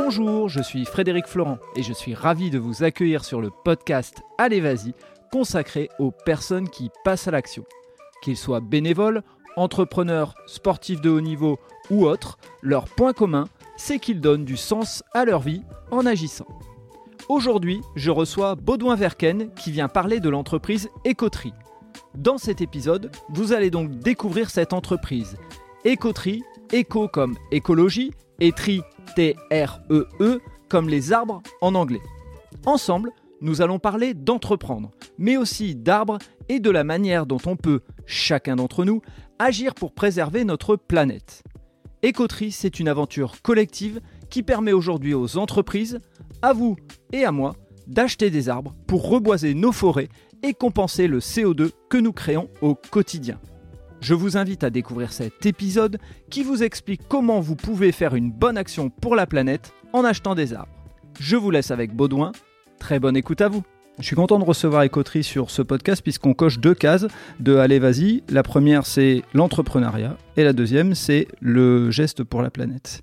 Bonjour, je suis Frédéric Florent et je suis ravi de vous accueillir sur le podcast Allez Vas-y, consacré aux personnes qui passent à l'action. Qu'ils soient bénévoles, entrepreneurs, sportifs de haut niveau ou autres, leur point commun, c'est qu'ils donnent du sens à leur vie en agissant. Aujourd'hui, je reçois Baudouin Verken qui vient parler de l'entreprise Ecotree. Dans cet épisode, vous allez donc découvrir cette entreprise. Ecotree, éco comme écologie et tree, T-R-E-E, comme les arbres en anglais. Ensemble, nous allons parler d'entreprendre, mais aussi d'arbres et de la manière dont on peut, chacun d'entre nous, agir pour préserver notre planète. Ecotree, c'est une aventure collective qui permet aujourd'hui aux entreprises, à vous et à moi, d'acheter des arbres pour reboiser nos forêts et compenser le CO2 que nous créons au quotidien. Je vous invite à découvrir cet épisode qui vous explique comment vous pouvez faire une bonne action pour la planète en achetant des arbres. Je vous laisse avec Baudouin. Très bonne écoute à vous. Je suis content de recevoir Ecotree sur ce podcast puisqu'on coche 2 cases de Allez Vas-y. La première, c'est l'entrepreneuriat et la deuxième, c'est le geste pour la planète.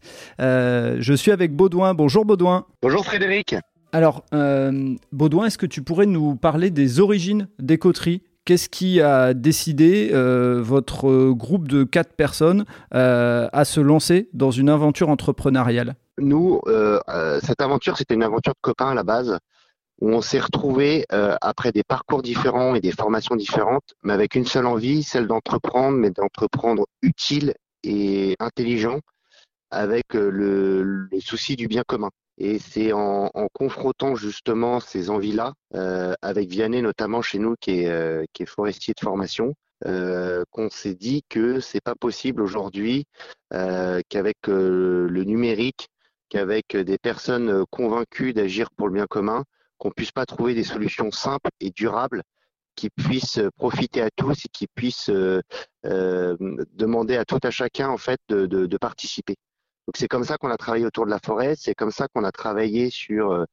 Je suis avec Baudouin. Bonjour Baudouin. Bonjour Frédéric. Alors, Baudouin, est-ce que tu pourrais nous parler des origines d'Ecotree ? Qu'est-ce qui a décidé votre groupe de 4 personnes à se lancer dans une aventure entrepreneuriale ? Nous, cette aventure, c'était une aventure de copains à la base, où on s'est retrouvés après des parcours différents et des formations différentes, mais avec une seule envie, celle d'entreprendre, mais d'entreprendre utile et intelligent, avec le souci du bien commun. Et c'est en confrontant justement ces envies-là, avec Vianney notamment chez nous qui est forestier de formation, qu'on s'est dit que c'est pas possible aujourd'hui qu'avec le numérique, qu'avec des personnes convaincues d'agir pour le bien commun, qu'on puisse pas trouver des solutions simples et durables qui puissent profiter à tous et qui puissent demander à tout à chacun en fait de participer. Donc c'est comme ça qu'on a travaillé autour de la forêt, c'est comme ça qu'on a travaillé sur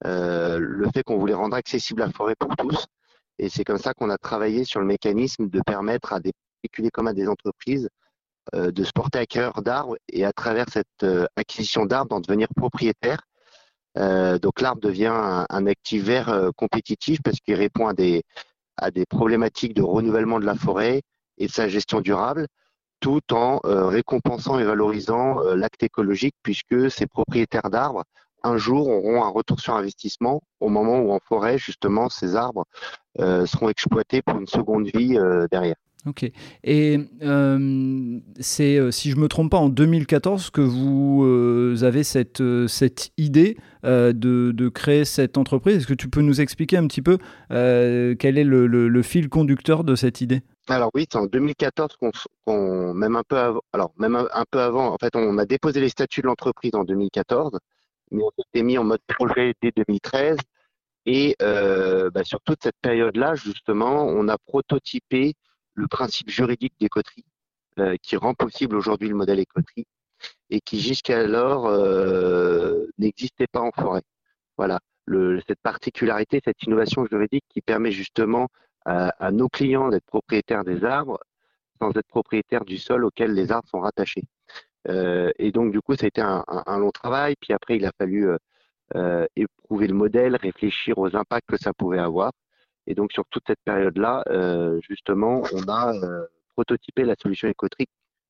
le fait qu'on voulait rendre accessible la forêt pour tous, et c'est comme ça qu'on a travaillé sur le mécanisme de permettre à des particuliers comme à des entreprises de se porter acquéreurs d'arbres et à travers cette acquisition d'arbres d'en devenir propriétaire. Donc l'arbre devient un actif vert compétitif parce qu'il répond à des problématiques de renouvellement de la forêt et de sa gestion durable, tout en récompensant et valorisant l'acte écologique, puisque ces propriétaires d'arbres, un jour, auront un retour sur investissement au moment où en forêt, justement, ces arbres seront exploités pour une seconde vie derrière. Ok. Et c'est, si je ne me trompe pas, en 2014 que vous avez cette idée de créer cette entreprise. Est-ce que tu peux nous expliquer un petit peu quel est le fil conducteur de cette idée ? Alors oui, c'est en 2014 même un peu avant, en fait, on a déposé les statuts de l'entreprise en 2014, mais on s'était mis en mode projet dès 2013. Et sur toute cette période-là, justement, on a prototypé le principe juridique d'Ecotree, qui rend possible aujourd'hui le modèle Ecotree et qui jusqu'alors n'existait pas en forêt. Voilà, cette particularité, cette innovation juridique qui permet justement à nos clients d'être propriétaires des arbres sans être propriétaires du sol auquel les arbres sont rattachés. Et donc, du coup, ça a été un long travail. Puis après, il a fallu éprouver le modèle, réfléchir aux impacts que ça pouvait avoir. Et donc, sur toute cette période-là, justement, on a prototypé la solution Ecotree,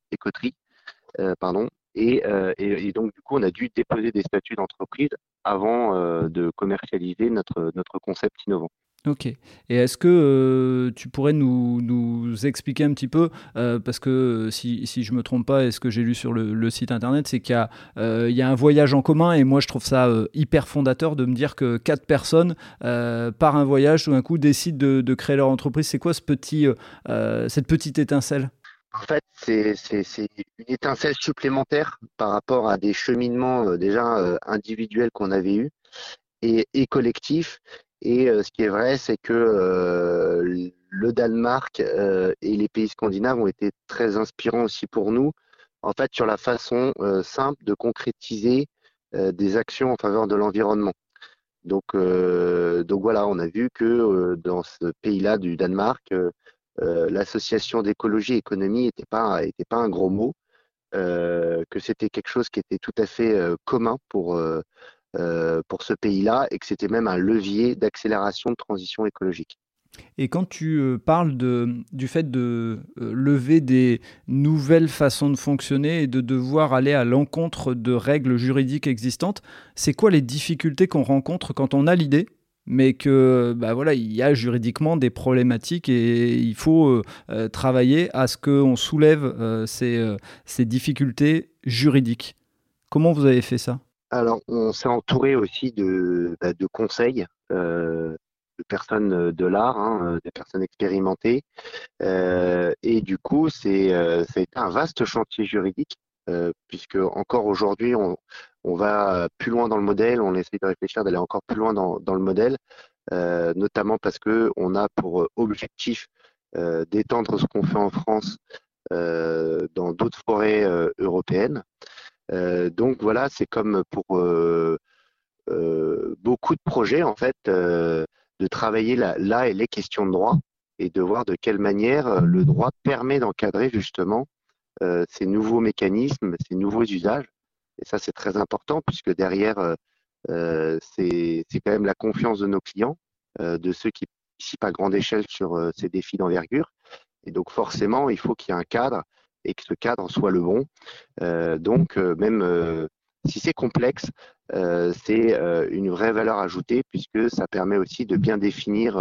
et donc, du coup, on a dû déposer des statuts d'entreprise avant de commercialiser notre concept innovant. Ok. Et est-ce que tu pourrais nous expliquer un petit peu, parce que si je ne me trompe pas, et ce que j'ai lu sur le site internet, c'est qu'il y a un voyage en commun, et moi je trouve ça hyper fondateur de me dire que 4 personnes, par un voyage, tout d'un coup, décident de créer leur entreprise. C'est quoi cette petite étincelle ? En fait, c'est une étincelle supplémentaire par rapport à des cheminements déjà individuels qu'on avait eus et collectifs. Et ce qui est vrai, c'est que le Danemark et les pays scandinaves ont été très inspirants aussi pour nous, en fait, sur la façon simple de concrétiser des actions en faveur de l'environnement. Donc voilà, on a vu que dans ce pays-là du Danemark, l'association d'écologie et économie était pas un gros mot. que c'était quelque chose qui était tout à fait commun pour ce pays-là et que c'était même un levier d'accélération de transition écologique. Et quand tu parles du fait de lever des nouvelles façons de fonctionner et de devoir aller à l'encontre de règles juridiques existantes, c'est quoi les difficultés qu'on rencontre quand on a l'idée, mais que bah voilà, il y a juridiquement des problématiques et il faut travailler à ce qu'on soulève ces difficultés juridiques. Comment vous avez fait ça? Alors, on s'est entouré aussi de conseils, de personnes de l'art, hein, des personnes expérimentées. Et du coup, ça a été un vaste chantier juridique, puisque encore aujourd'hui, on va plus loin dans le modèle, on essaie de réfléchir d'aller encore plus loin dans le modèle, notamment parce que on a pour objectif d'étendre ce qu'on fait en France dans d'autres forêts européennes. Donc voilà, c'est comme pour beaucoup de projets en fait, de travailler là et les questions de droit et de voir de quelle manière le droit permet d'encadrer justement ces nouveaux mécanismes, ces nouveaux usages. Et ça, c'est très important puisque derrière, c'est quand même la confiance de nos clients, de ceux qui participent à grande échelle sur ces défis d'envergure. Et donc forcément, il faut qu'il y ait un cadre et que ce cadre soit le bon. Donc même si c'est complexe, c'est une vraie valeur ajoutée puisque ça permet aussi de bien définir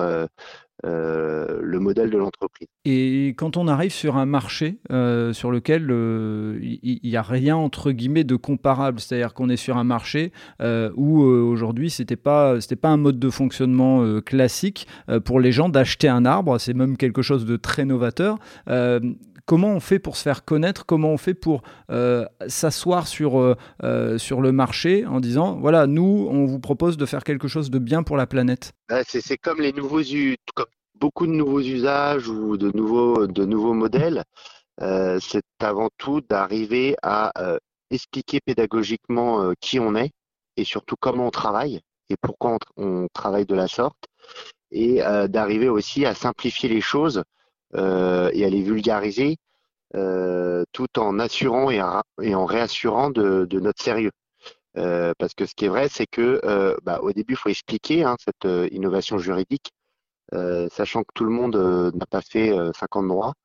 le modèle de l'entreprise. Et quand on arrive sur un marché sur lequel il n'y a rien entre guillemets de comparable, c'est-à-dire qu'on est sur un marché où aujourd'hui c'était pas un mode de fonctionnement classique pour les gens d'acheter un arbre, c'est même quelque chose de très novateur. Comment on fait pour se faire connaître? Comment on fait pour s'asseoir sur le marché en disant voilà, nous on vous propose de faire quelque chose de bien pour la planète? C'est comme comme beaucoup de nouveaux usages ou de nouveaux modèles. C'est avant tout d'arriver à expliquer pédagogiquement qui on est et surtout comment on travaille et pourquoi on travaille de la sorte et d'arriver aussi à simplifier les choses et à les vulgariser tout en assurant et en réassurant de notre sérieux. Parce que ce qui est vrai, c'est que au début, il faut expliquer cette innovation juridique, sachant que tout le monde n'a pas fait 50 droits,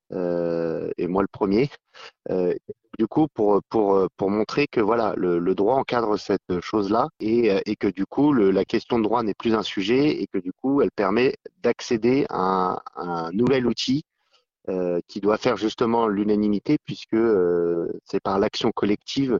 et moi le premier. Euh, du coup, pour montrer que voilà, le droit encadre cette chose-là et que du coup, la question de droit n'est plus un sujet et que du coup, elle permet d'accéder à un nouvel outil qui doit faire justement l'unanimité puisque c'est par l'action collective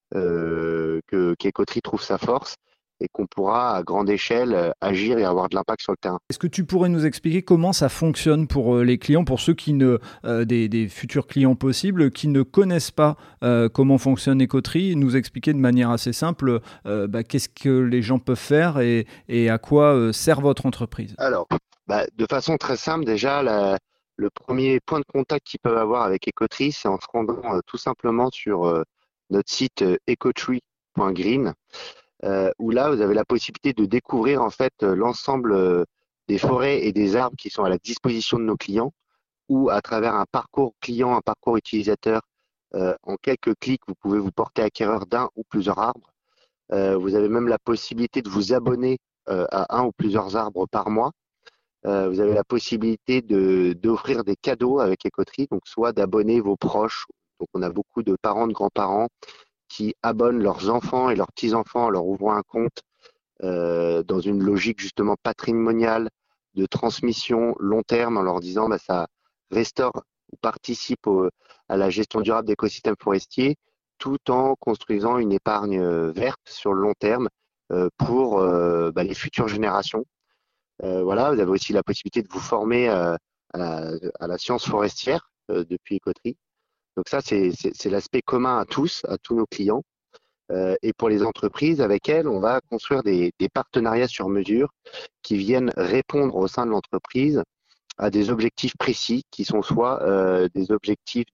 qu'Ecotree trouve sa force et qu'on pourra à grande échelle agir et avoir de l'impact sur le terrain. Est-ce que tu pourrais nous expliquer comment ça fonctionne pour les clients, pour ceux des futurs clients possibles, qui ne connaissent pas comment fonctionne Ecotree, nous expliquer de manière assez simple qu'est-ce que les gens peuvent faire et à quoi sert votre entreprise? Alors, de façon très simple, déjà, le premier point de contact qu'ils peuvent avoir avec Ecotree, c'est en se rendant tout simplement sur notre site ecotree.green, où là, vous avez la possibilité de découvrir en fait l'ensemble des forêts et des arbres qui sont à la disposition de nos clients, ou à travers un parcours client, un parcours utilisateur, en quelques clics, vous pouvez vous porter acquéreur d'un ou plusieurs arbres. Vous avez même la possibilité de vous abonner à un ou plusieurs arbres par mois. Vous avez la possibilité d'offrir des cadeaux avec Ecotree, donc soit d'abonner vos proches. Donc on a beaucoup de parents, de grands-parents qui abonnent leurs enfants et leurs petits-enfants en leur ouvrant un compte dans une logique justement patrimoniale de transmission long terme en leur disant ça restaure ou participe à la gestion durable d'écosystèmes forestiers tout en construisant une épargne verte sur le long terme pour les futures générations. Voilà, vous avez aussi la possibilité de vous former à la science forestière depuis Ecotree. Donc ça, c'est l'aspect commun à tous nos clients. Et pour les entreprises, avec elles, on va construire des partenariats sur mesure qui viennent répondre au sein de l'entreprise à des objectifs précis qui sont soit des objectifs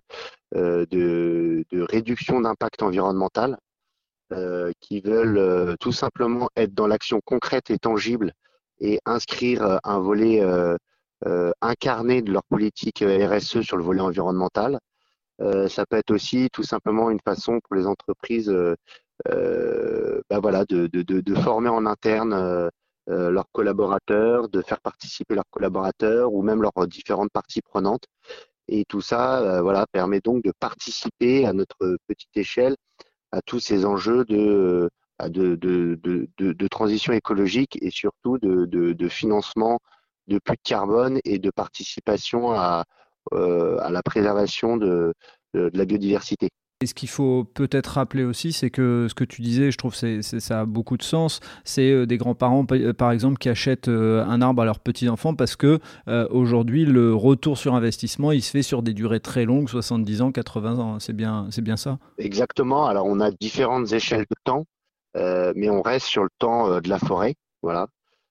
de réduction d'impact environnemental, qui veulent tout simplement être dans l'action concrète et tangible et inscrire un volet incarné de leur politique RSE sur le volet environnemental, Ça peut être aussi tout simplement une façon pour les entreprises voilà, de former en interne leurs collaborateurs, de faire participer leurs collaborateurs ou même leurs différentes parties prenantes. Et tout ça voilà, permet donc de participer à notre petite échelle à tous ces enjeux de transition écologique et surtout de financement de puits de carbone et de participation à la préservation de la biodiversité. Et ce qu'il faut peut-être rappeler aussi, c'est que ce que tu disais, je trouve ça a beaucoup de sens, c'est des grands-parents, par exemple, qui achètent un arbre à leurs petits-enfants parce que aujourd'hui, le retour sur investissement, il se fait sur des durées très longues, 70 ans, 80 ans. C'est bien ça. Exactement. Alors, on a différentes échelles de temps, mais on reste sur le temps de la forêt. Voilà.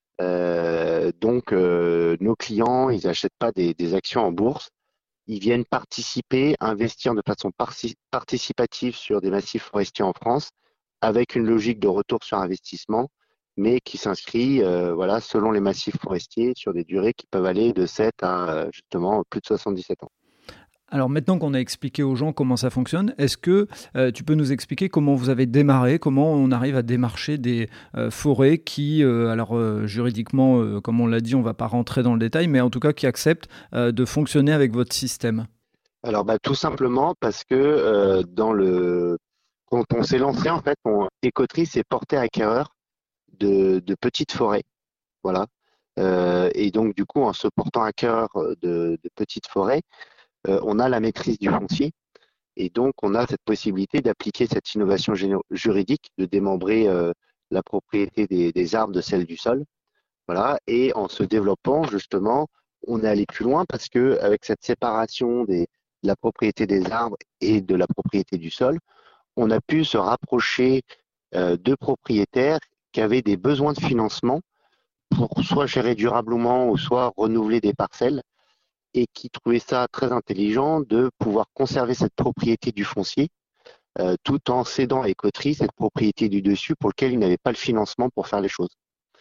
Nos clients, ils n'achètent pas des actions en bourse. Ils viennent participer, investir de façon participative sur des massifs forestiers en France, avec une logique de retour sur investissement, mais qui s'inscrit voilà, selon les massifs forestiers sur des durées qui peuvent aller de 7 à justement plus de 77 ans. Alors maintenant qu'on a expliqué aux gens comment ça fonctionne, est-ce que tu peux nous expliquer comment vous avez démarré, comment on arrive à démarcher des forêts qui, juridiquement, comme on l'a dit, on ne va pas rentrer dans le détail, mais en tout cas qui acceptent de fonctionner avec votre système? Alors tout simplement parce que quand on s'est lancé en fait, Écoterie s'est porté acquéreur de petites forêts, voilà. Et donc du coup, en se portant acquéreur de petites forêts, on a la maîtrise du foncier et donc on a cette possibilité d'appliquer cette innovation juridique, de démembrer la propriété des arbres de celle du sol. Voilà. Et en se développant, justement, on est allé plus loin parce que avec cette séparation de la propriété des arbres et de la propriété du sol, on a pu se rapprocher de propriétaires qui avaient des besoins de financement pour soit gérer durablement ou soit renouveler des parcelles et qui trouvaient ça très intelligent de pouvoir conserver cette propriété du foncier tout en cédant à Écoterie cette propriété du dessus pour lequel ils n'avaient pas le financement pour faire les choses.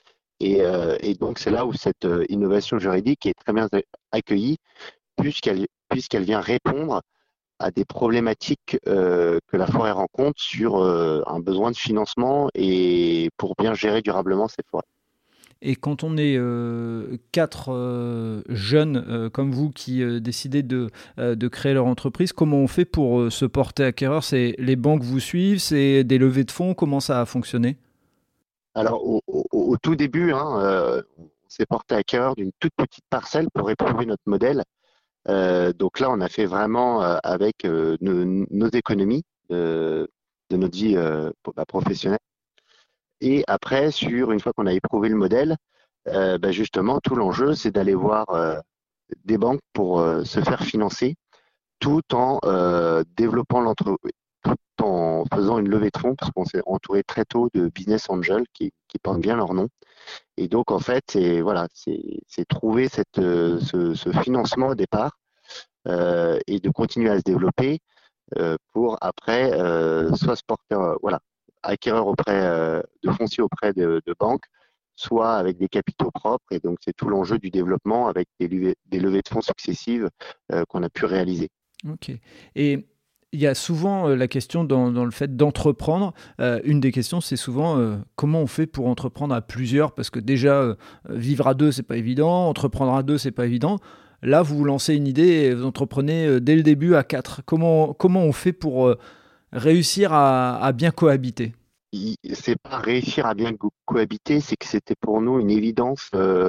Et donc, c'est là où cette innovation juridique est très bien accueillie, puisqu'elle vient répondre à des problématiques que la forêt rencontre sur un besoin de financement et pour bien gérer durablement ces forêts. Et quand on est quatre jeunes comme vous qui décidez de créer leur entreprise, comment on fait pour se porter acquéreur? C'est les banques vous suivent, c'est des levées de fonds, comment ça a fonctionné? Alors, au tout début, hein, on s'est porté à cœur d'une toute petite parcelle pour éprouver notre modèle. Donc là, on a fait vraiment avec nos économies de notre vie professionnelle. Et après, une fois qu'on a éprouvé le modèle, justement, tout l'enjeu, c'est d'aller voir des banques pour se faire financer tout en développant l'entreprise, tout en faisant une levée de fonds, parce qu'on s'est entouré très tôt de business angels qui portent bien leur nom. Et donc, en fait, c'est trouver ce financement au départ et de continuer à se développer pour après soit se porter, voilà, acquéreur auprès de foncier auprès de banques, soit avec des capitaux propres. Et donc, c'est tout l'enjeu du développement avec des levées de fonds successives qu'on a pu réaliser. Ok. Et il y a souvent la question dans le fait d'entreprendre. Une des questions, c'est souvent comment on fait pour entreprendre à plusieurs, parce que déjà, vivre à deux, c'est pas évident, entreprendre à deux, c'est pas évident. Là, vous vous lancez une idée et vous entreprenez dès le début à quatre. Comment on fait pour réussir à bien cohabiter? C'est pas réussir à bien cohabiter, c'est que c'était pour nous une évidence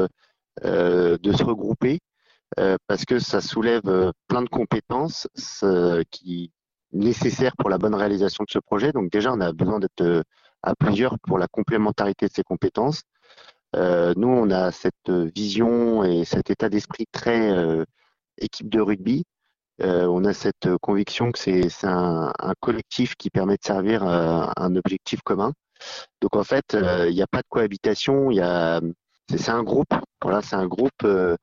de se regrouper parce que ça soulève plein de compétences qui nécessaires pour la bonne réalisation de ce projet. Donc déjà, on a besoin d'être à plusieurs pour la complémentarité de ces compétences. Nous, on a cette vision et cet état d'esprit très équipe de rugby. On a cette conviction que c'est un collectif qui permet de servir un objectif commun. Donc en fait, il n'y a pas de cohabitation, c'est un groupe. Voilà, c'est un groupe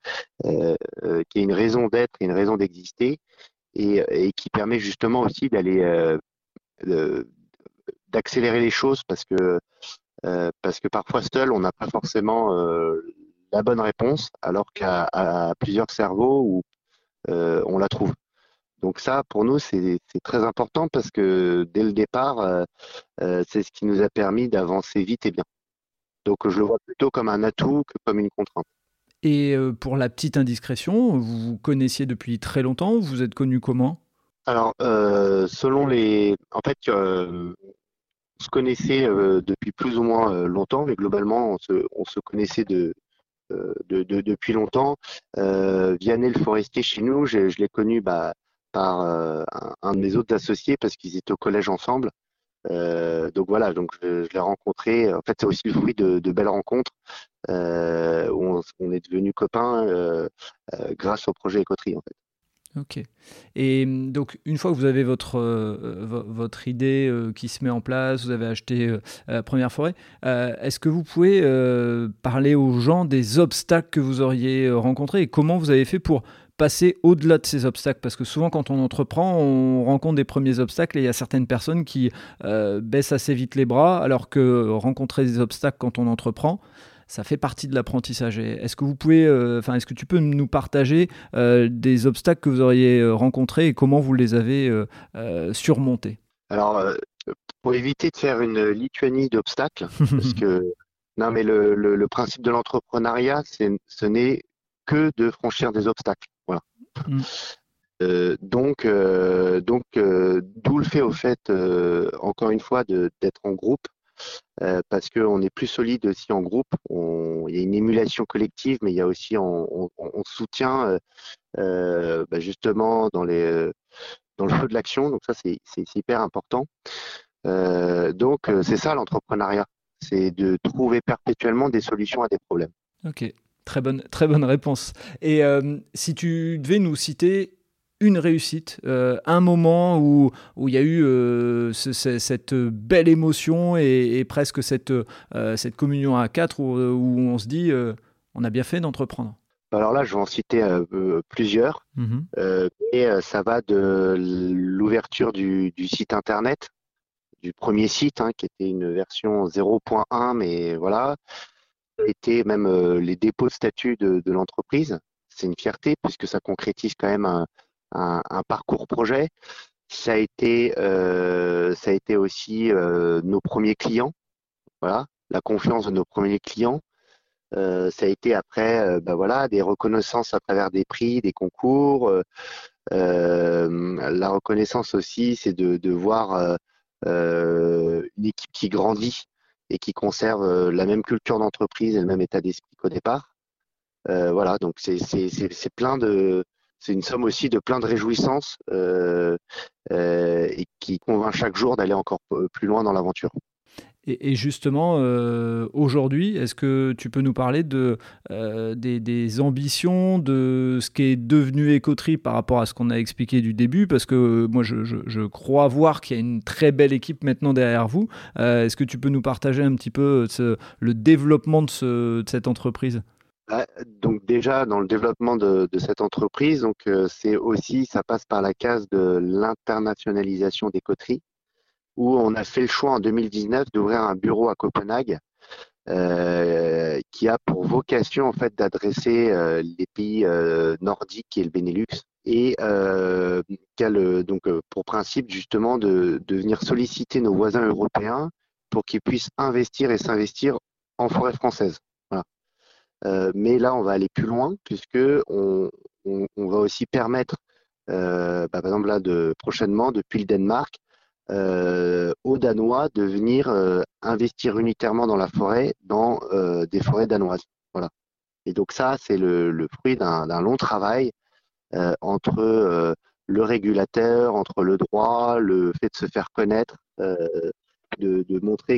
qui a une raison d'être et une raison d'exister et qui permet justement aussi de- d'accélérer les choses parce que parfois seul, on n'a pas forcément la bonne réponse, alors qu'à plusieurs cerveaux, on la trouve. Donc ça, pour nous, c'est très important parce que dès le départ, c'est ce qui nous a permis d'avancer vite et bien. Donc je le vois plutôt comme un atout que comme une contrainte. Et pour la petite indiscrétion, vous vous connaissiez depuis très longtemps, vous vous êtes connus comment? Alors, en fait, on se connaissait depuis plus ou moins longtemps, mais globalement, on se connaissait depuis longtemps. Vianney le forestier chez nous, je l'ai connu par un de mes autres associés parce qu'ils étaient au collège ensemble. Donc voilà, donc je l'ai rencontré. En fait, c'est aussi le fruit de belles rencontres où on est devenus copains grâce au projet Écoterie, en fait. Ok. Et donc, une fois que vous avez votre idée qui se met en place, vous avez acheté la première forêt, est-ce que vous pouvez parler aux gens des obstacles que vous auriez rencontrés et comment vous avez fait pour passer au-delà de ces obstacles? Parce que souvent, quand on entreprend, on rencontre des premiers obstacles et il y a certaines personnes qui baissent assez vite les bras, alors que rencontrer des obstacles quand on entreprend, ça fait partie de l'apprentissage. Est-ce que vous pouvez, est-ce que tu peux nous partager des obstacles que vous auriez rencontrés et comment vous les avez surmontés? Alors, pour éviter de faire une Lituanie d'obstacles, parce que non, mais le principe de l'entrepreneuriat, ce n'est que de franchir des obstacles. Voilà. Mm. D'où le fait au fait, encore une fois, d'être en groupe, parce qu'on est plus solide aussi en groupe. Il y a une émulation collective, mais il y a aussi on se soutient justement dans le feu de l'action. Donc ça, c'est hyper important. C'est ça l'entrepreneuriat, c'est de trouver perpétuellement des solutions à des problèmes. Ok, très bonne réponse. Et si tu devais nous citer une réussite, un moment où il y a eu cette belle émotion et presque cette communion à quatre où on se dit on a bien fait d'entreprendre. Alors là, je vais en citer plusieurs, Mhm. mais ça va de l'ouverture du site internet, du premier site, hein, qui était une version 0.1, mais voilà, était même les dépôts de statut de l'entreprise. C'est une fierté puisque ça concrétise quand même un parcours projet. Ça a été aussi nos premiers clients, voilà, la confiance de nos premiers clients. Ça a été après, voilà, des reconnaissances à travers des prix, des concours. La reconnaissance aussi, c'est de voir une équipe qui grandit et qui conserve la même culture d'entreprise et le même état d'esprit qu'au départ. Voilà, donc c'est une somme aussi de plein de réjouissances et qui convainc chaque jour d'aller encore plus loin dans l'aventure. Et justement, aujourd'hui, est-ce que tu peux nous parler des ambitions, de ce qui est devenu Écoterie par rapport à ce qu'on a expliqué du début? Parce que moi, je crois voir qu'il y a une très belle équipe maintenant derrière vous. Est-ce que tu peux nous partager un petit peu le développement de cette entreprise? Donc déjà dans le développement de cette entreprise, donc ça passe par la case de l'internationalisation des coteries, où on a fait le choix en 2019 d'ouvrir un bureau à Copenhague qui a pour vocation en fait d'adresser les pays nordiques et le Benelux et qui a pour principe justement de venir solliciter nos voisins européens pour qu'ils puissent investir et s'investir en forêt française. Voilà. Mais là, on va aller plus loin puisque on va aussi permettre, par exemple là, prochainement, depuis le Danemark, aux Danois de venir investir unitairement dans la forêt, dans des forêts danoises. Voilà. Et donc ça, c'est le fruit d'un long travail entre le régulateur, entre le droit, le fait de se faire connaître, de montrer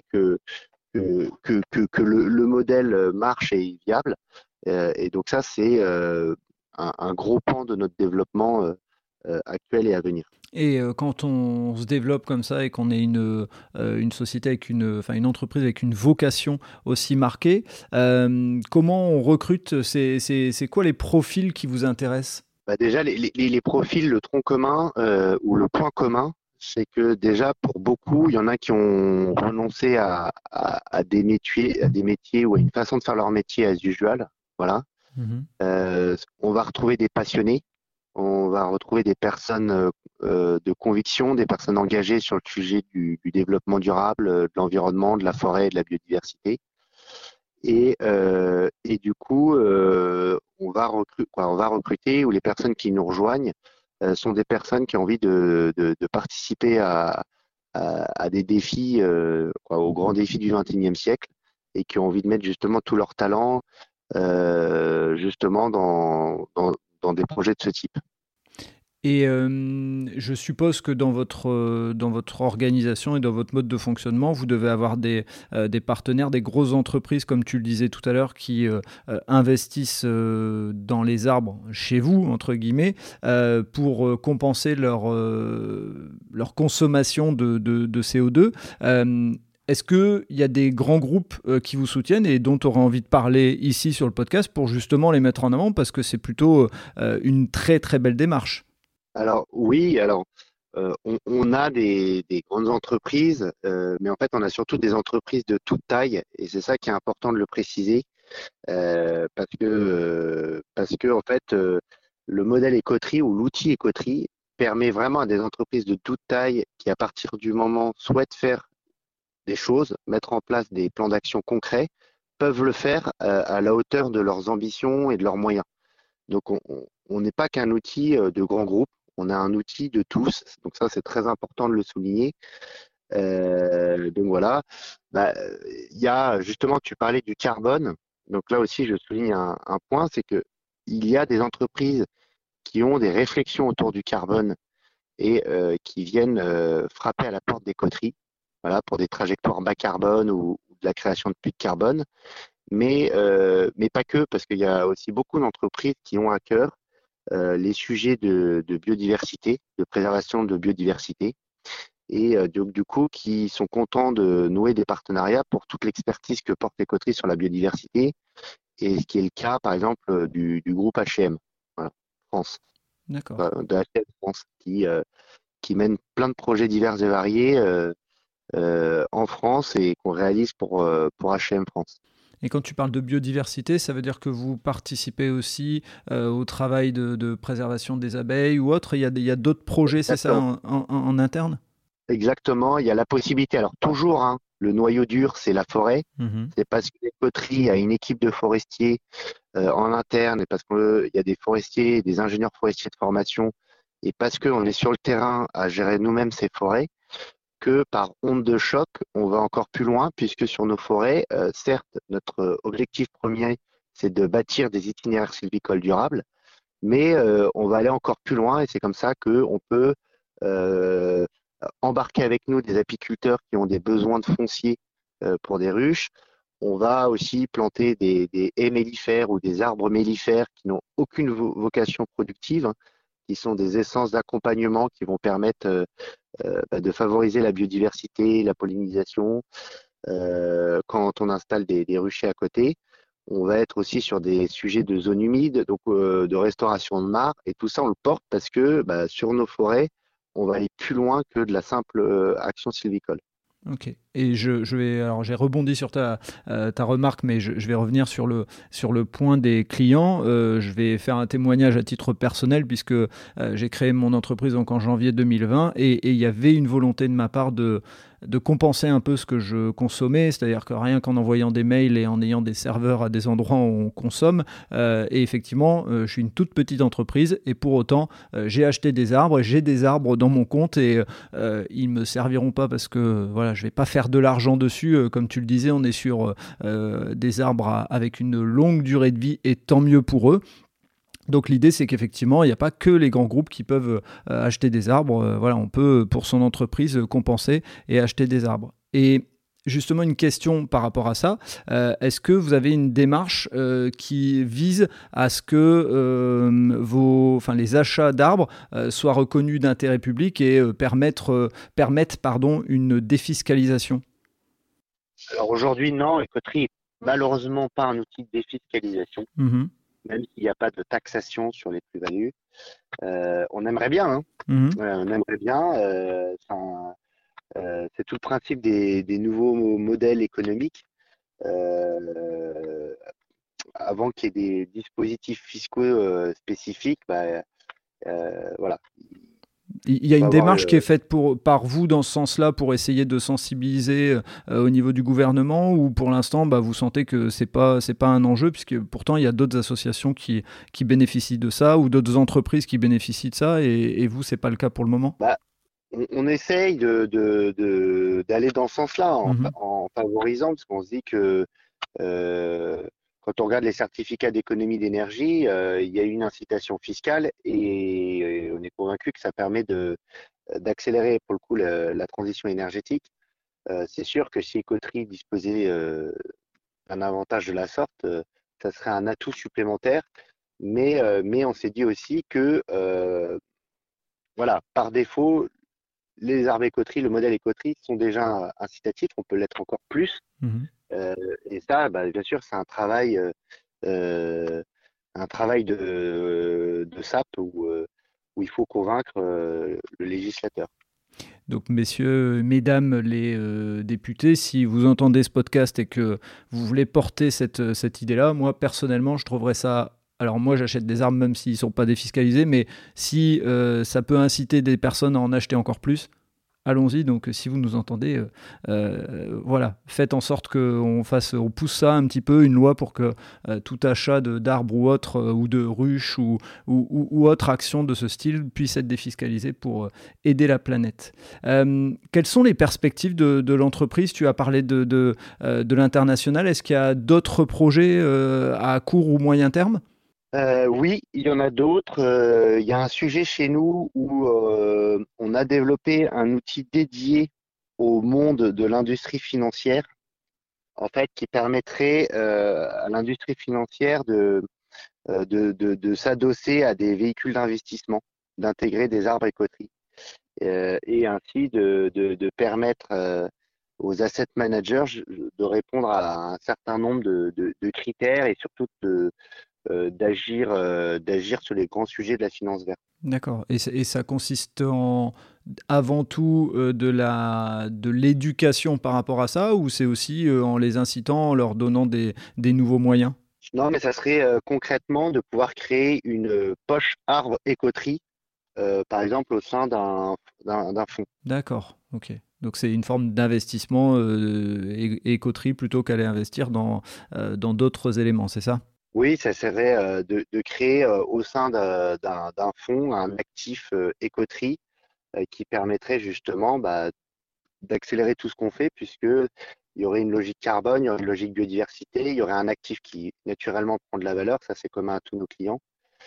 que le modèle marche et est viable. Et donc ça, c'est un gros pan de notre développement actuel et à venir. Et quand on se développe comme ça et qu'on est une société avec une entreprise avec une vocation aussi marquée, comment on recrute? C'est quoi les profils qui vous intéressent? Déjà, les profils, le tronc commun ou le point commun, c'est que déjà, pour beaucoup, il y en a qui ont renoncé à des métiers ou à une façon de faire leur métier as usual. Voilà. Mhm. On va retrouver des passionnés, on va retrouver des personnes de conviction, des personnes engagées sur le sujet du développement durable, de l'environnement, de la forêt et de la biodiversité. Et du coup, on va recruter, ou les personnes qui nous rejoignent sont des personnes qui ont envie de participer à des défis, aux grands défis du XXIe siècle, et qui ont envie de mettre justement tout leur talent justement dans des projets de ce type. Et je suppose que dans votre organisation et dans votre mode de fonctionnement, vous devez avoir des partenaires, des grosses entreprises, comme tu le disais tout à l'heure, qui investissent dans les arbres chez vous, entre guillemets, pour compenser leur consommation de CO2. Est-ce qu'il y a des grands groupes qui vous soutiennent et dont tu auras envie de parler ici sur le podcast pour justement les mettre en avant, parce que c'est plutôt une très très belle démarche? Alors oui, on a des grandes entreprises, mais en fait on a surtout des entreprises de toute taille, et c'est ça qui est important de le préciser, parce que en fait le modèle écoterie ou l'outil écoterie permet vraiment à des entreprises de toute taille qui, à partir du moment, souhaitent faire des choses, mettre en place des plans d'action concrets, peuvent le faire à la hauteur de leurs ambitions et de leurs moyens. Donc, on n'est pas qu'un outil de grands groupes, on a un outil de tous. Donc ça, c'est très important de le souligner. Donc voilà. Il y a justement, tu parlais du carbone. Donc là aussi, je souligne un point, c'est que il y a des entreprises qui ont des réflexions autour du carbone et qui viennent frapper à la porte des coteries, voilà, pour des trajectoires bas carbone ou de la création de puits de carbone. Mais pas que, parce qu'il y a aussi beaucoup d'entreprises qui ont à cœur les sujets de biodiversité, de préservation de biodiversité, et donc du coup qui sont contents de nouer des partenariats pour toute l'expertise que porte les coteries sur la biodiversité, et ce qui est le cas par exemple du groupe H&M, voilà, France, D'accord. de H&M France, qui mène plein de projets divers et variés en France et qu'on réalise pour H&M France. Et quand tu parles de biodiversité, ça veut dire que vous participez aussi au travail de préservation des abeilles ou autre. Il y a d'autres projets, c'est ça, Exactement. en interne? Exactement, il y a la possibilité. Alors toujours, hein, le noyau dur, c'est la forêt. Mhm. C'est parce que les poteries a une équipe de forestiers en interne, et parce qu'il y a des forestiers, des ingénieurs forestiers de formation, et parce qu'on est sur le terrain à gérer nous-mêmes ces forêts, que par onde de choc, on va encore plus loin, puisque sur nos forêts, certes, notre objectif premier, c'est de bâtir des itinéraires sylvicoles durables, mais on va aller encore plus loin, et c'est comme ça qu'on peut euh, embarquer avec nous des apiculteurs qui ont des besoins de foncier pour des ruches. On va aussi planter des haies mellifères ou des arbres mellifères qui n'ont aucune vocation productive, hein, qui sont des essences d'accompagnement qui vont permettre de favoriser la biodiversité, la pollinisation, quand on installe des ruchers à côté. On va être aussi sur des sujets de zones humides, donc de restauration de mares, et tout ça on le porte parce que sur nos forêts, on va aller plus loin que de la simple action sylvicole. Ok. Et alors j'ai rebondi sur ta remarque, mais je vais revenir sur le point des clients. Je vais faire un témoignage à titre personnel, puisque j'ai créé mon entreprise donc en janvier 2020, et il y avait une volonté de ma part de compenser un peu ce que je consommais, c'est-à-dire que rien qu'en envoyant des mails et en ayant des serveurs à des endroits où on consomme, et effectivement, je suis une toute petite entreprise, et pour autant, j'ai acheté des arbres, et j'ai des arbres dans mon compte, et ils me serviront pas parce que voilà, je vais pas faire de l'argent dessus. Comme tu le disais, on est sur des arbres avec une longue durée de vie, et tant mieux pour eux. Donc l'idée, c'est qu'effectivement, il n'y a pas que les grands groupes qui peuvent acheter des arbres. Voilà, on peut, pour son entreprise, compenser et acheter des arbres. Et justement, une question par rapport à ça. Est-ce que vous avez une démarche qui vise à ce que les achats d'arbres soient reconnus d'intérêt public et permettent une défiscalisation? Alors aujourd'hui, non, l'écoterie est malheureusement pas un outil de défiscalisation, Mhm. même s'il n'y a pas de taxation sur les plus-values. On aimerait bien, hein. Mhm. On aimerait bien. C'est tout le principe des nouveaux modèles économiques. Euh, Avant qu'il y ait des dispositifs fiscaux spécifiques, voilà, Il y a On va une avoir démarche qui est faite par vous dans ce sens-là pour essayer de sensibiliser au niveau du gouvernement, ou pour l'instant vous sentez que c'est pas un enjeu, puisque pourtant il y a d'autres associations qui bénéficient de ça, ou d'autres entreprises qui bénéficient de ça, et vous, c'est pas le cas pour le moment? bah, on essaye d'aller dans ce sens-là Mhm. en favorisant, parce qu'on se dit que euh, quand on regarde les certificats d'économie d'énergie, il y a une incitation fiscale et on est convaincu que ça permet d'accélérer pour le coup la transition énergétique. C'est sûr que si Ecotree disposait d'un avantage de la sorte, ça serait un atout supplémentaire. Mais on s'est dit aussi que voilà, par défaut, les armes écoteries, le modèle écoterie sont déjà incitatifs, on peut l'être encore plus. Mhm. Euh, et ça, bien sûr, c'est euh, un travail de SAP où il faut convaincre le législateur. Donc, messieurs, mesdames les députés, si vous entendez ce podcast et que vous voulez porter cette idée-là, moi, personnellement, je trouverais ça... Alors moi, j'achète des armes même s'ils ne sont pas défiscalisés, mais si ça peut inciter des personnes à en acheter encore plus, allons-y. Donc, si vous nous entendez, voilà, faites en sorte on pousse ça un petit peu, une loi pour que tout achat d'arbres ou autre, ou de ruches ou autre action de ce style puisse être défiscalisé pour aider la planète. Quelles sont les perspectives de l'entreprise? Tu as parlé de l'international. Est-ce qu'il y a d'autres projets à court ou moyen terme? Oui, il y en a d'autres. Il y a un sujet chez nous où on a développé un outil dédié au monde de l'industrie financière, en fait, qui permettrait à l'industrie financière de s'adosser à des véhicules d'investissement, d'intégrer des arbres écoteries, et ainsi de permettre aux asset managers de répondre à un certain nombre de critères et surtout d'agir sur les grands sujets de la finance verte. D'accord. Et ça consiste avant tout de l'éducation par rapport à ça, ou c'est aussi en les incitant, en leur donnant des nouveaux moyens? Non, mais ça serait concrètement de pouvoir créer une poche arbre écoterie, par exemple au sein d'un fonds. D'accord, ok. Donc c'est une forme d'investissement écoterie plutôt qu'aller investir dans d'autres éléments, c'est ça? Oui, ça serait de créer au sein d'un fonds un actif écoterie qui permettrait justement d'accélérer tout ce qu'on fait, puisque il y aurait une logique carbone, il y aurait une logique biodiversité, il y aurait un actif qui naturellement prend de la valeur, ça c'est commun à tous nos clients,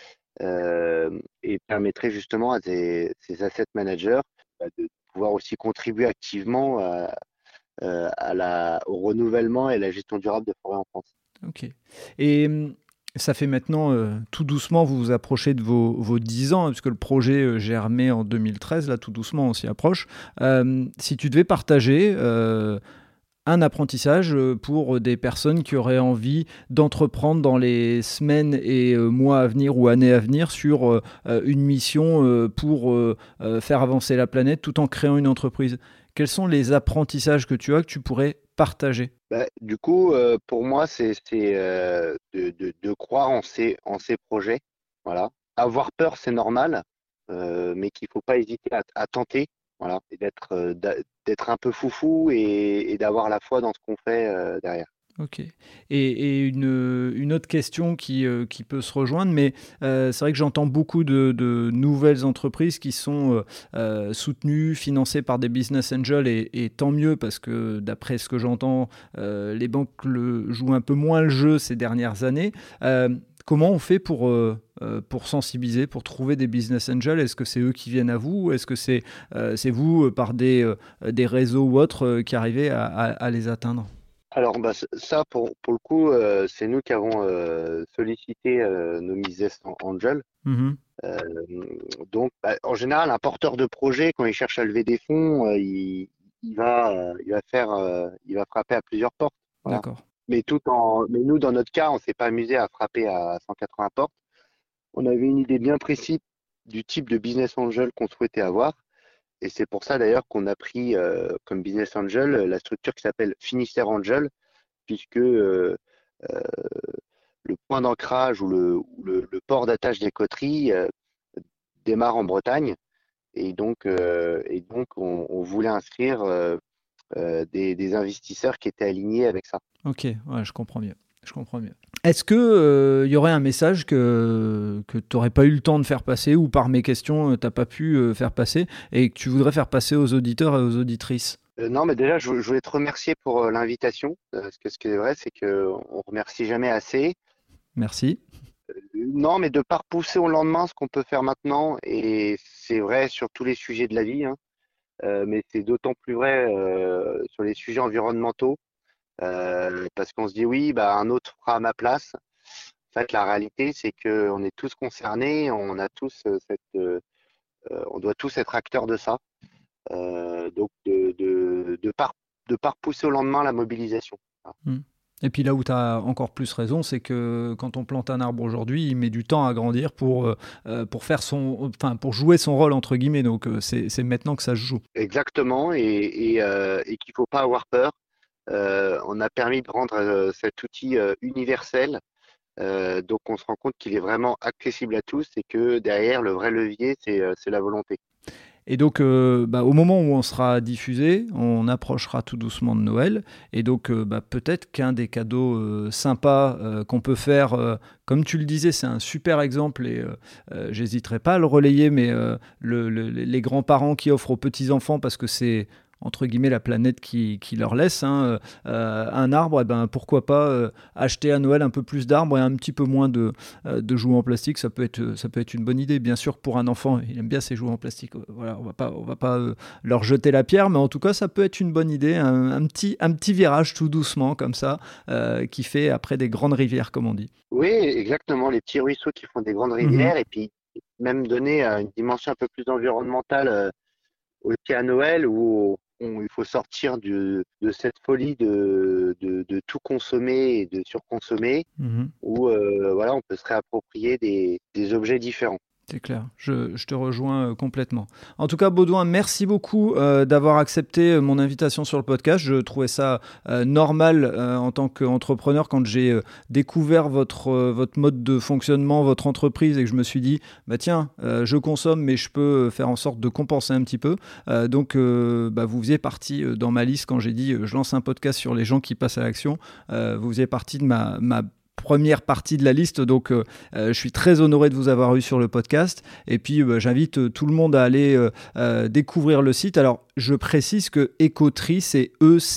et permettrait justement à ces asset managers de pouvoir aussi contribuer activement au renouvellement et à la gestion durable des forêts en France. Ok. Et ça fait maintenant, tout doucement, vous vous approchez de vos 10 ans, hein, puisque le projet germé en 2013, là tout doucement on s'y approche. Si tu devais partager un apprentissage pour des personnes qui auraient envie d'entreprendre dans les semaines et mois à venir ou années à venir sur une mission pour faire avancer la planète tout en créant une entreprise. Quels sont les apprentissages que tu pourrais partager? Du coup, pour moi, de croire en ces projets. Voilà. Avoir peur, c'est normal, mais qu'il faut pas hésiter à tenter. Voilà. Et d'être un peu foufou et d'avoir la foi dans ce qu'on fait derrière. Ok. Et une autre question qui peut se rejoindre, mais c'est vrai que j'entends beaucoup de nouvelles entreprises qui sont soutenues, financées par des business angels, et tant mieux, parce que d'après ce que j'entends, les banques jouent un peu moins le jeu ces dernières années. Comment on fait pour sensibiliser, pour trouver des business angels? Est-ce que c'est eux qui viennent à vous? Est-ce que c'est vous, par des réseaux ou autres, qui arrivez à les atteindre? Alors, ça, pour le coup, c'est nous qui avons sollicité nos Mises Angels. Mhm. Euh, donc, en général, un porteur de projet, quand il cherche à lever des fonds, il va frapper à plusieurs portes. Voilà. D'accord. Mais nous, dans notre cas, on s'est pas amusé à frapper à 180 portes. On avait une idée bien précise du type de business angel qu'on souhaitait avoir. Et c'est pour ça d'ailleurs qu'on a pris comme business angel la structure qui s'appelle Finistère Angel, puisque euh, le point d'ancrage ou le port d'attache des coteries démarre en Bretagne. Et donc on voulait inscrire des investisseurs qui étaient alignés avec ça. Ok, ouais, je comprends mieux. Est-ce que y aurait un message que tu n'aurais pas eu le temps de faire passer ou par mes questions, tu n'as pas pu faire passer et que tu voudrais faire passer aux auditeurs et aux auditrices? Non, mais déjà, je voulais te remercier pour l'invitation, parce que ce qui est vrai, c'est qu'on remercie jamais assez. Merci. Non, mais de ne pas repousser au lendemain ce qu'on peut faire maintenant, et c'est vrai sur tous les sujets de la vie, hein, mais c'est d'autant plus vrai sur les sujets environnementaux, parce qu'on se dit oui, bah, un autre fera à ma place. En fait, la réalité, c'est qu'on est tous concernés, on a tous on doit tous être acteurs de ça. Donc de pas repousser au lendemain la mobilisation. Hmm. Et puis là où tu as encore plus raison, c'est que quand on plante un arbre aujourd'hui, il met du temps à grandir pour jouer son rôle, entre guillemets. Donc c'est maintenant que ça se joue. Exactement, et qu'il ne faut pas avoir peur. On a permis de rendre cet outil universel. Donc on se rend compte qu'il est vraiment accessible à tous et que derrière, le vrai levier, c'est la volonté. Et donc, au moment où on sera diffusé, on approchera tout doucement de Noël. Et donc, peut-être qu'un des cadeaux sympas qu'on peut faire, comme tu le disais, c'est un super exemple et j'hésiterai pas à le relayer, mais les grands-parents qui offrent aux petits-enfants, parce que c'est entre guillemets la planète qui leur laisse un arbre, et ben pourquoi pas acheter à Noël un peu plus d'arbres et un petit peu moins de jouets en plastique. Ça peut être une bonne idée, bien sûr. Pour un enfant, il aime bien ses jouets en plastique, voilà, on va pas leur jeter la pierre, mais en tout cas ça peut être une bonne idée, un petit virage tout doucement comme ça, qui fait après des grandes rivières, comme on dit. Oui, exactement, les petits ruisseaux qui font des grandes rivières, et puis même donner une dimension un peu plus environnementale aussi à Noël, où il faut sortir de cette folie de tout consommer et de surconsommer, Mhm. où voilà, on peut se réapproprier des objets différents. C'est clair, je te rejoins complètement. En tout cas, Baudouin, merci beaucoup d'avoir accepté mon invitation sur le podcast. Je trouvais ça normal en tant qu'entrepreneur quand j'ai découvert votre mode de fonctionnement, votre entreprise, et que je me suis dit, bah tiens, je consomme, mais je peux faire en sorte de compenser un petit peu. Donc, vous faisiez partie dans ma liste quand j'ai dit, je lance un podcast sur les gens qui passent à l'action. Vous faisiez partie de ma première partie de la liste, donc je suis très honoré de vous avoir eu sur le podcast, et puis j'invite tout le monde à aller découvrir le site. Alors je précise que Écoterie, c'est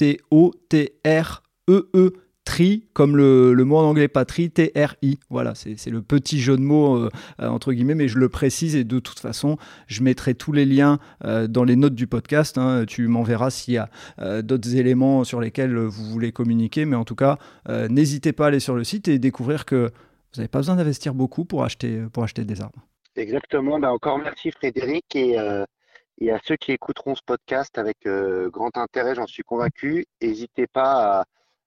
E-C-O-T-R-E-E, tri, comme le mot en anglais patrie, T-R-I, voilà, c'est le petit jeu de mots entre guillemets, mais je le précise, et de toute façon je mettrai tous les liens dans les notes du podcast, hein. Tu m'enverras s'il y a d'autres éléments sur lesquels vous voulez communiquer, mais en tout cas n'hésitez pas à aller sur le site et découvrir que vous n'avez pas besoin d'investir beaucoup pour acheter des arbres. Exactement, encore merci Frédéric, et à ceux qui écouteront ce podcast avec grand intérêt, j'en suis convaincu, n'hésitez pas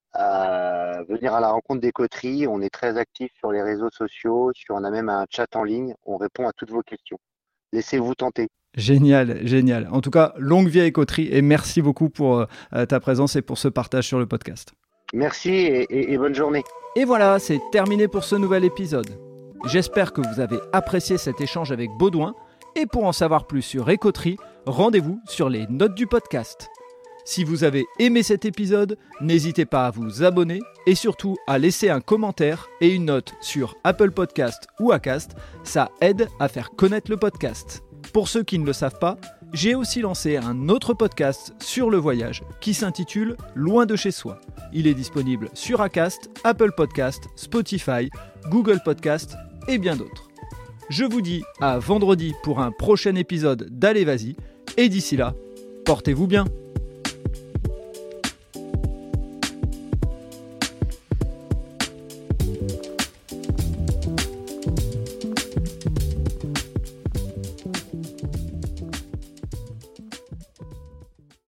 à venir à la rencontre des coteries. On est très actifs sur les réseaux sociaux, on a même un chat en ligne, on répond à toutes vos questions. Laissez-vous tenter. Génial. En tout cas, longue vie à Écoterie, et merci beaucoup pour ta présence et pour ce partage sur le podcast. Merci et bonne journée. Et voilà, c'est terminé pour ce nouvel épisode. J'espère que vous avez apprécié cet échange avec Baudouin, et pour en savoir plus sur Écoterie, rendez-vous sur les notes du podcast. Si vous avez aimé cet épisode, n'hésitez pas à vous abonner et surtout à laisser un commentaire et une note sur Apple Podcast ou Acast, ça aide à faire connaître le podcast. Pour ceux qui ne le savent pas, j'ai aussi lancé un autre podcast sur le voyage qui s'intitule Loin de chez soi. Il est disponible sur Acast, Apple Podcast, Spotify, Google Podcast et bien d'autres. Je vous dis à vendredi pour un prochain épisode d'Allez Vas-y, et d'ici là, portez-vous bien.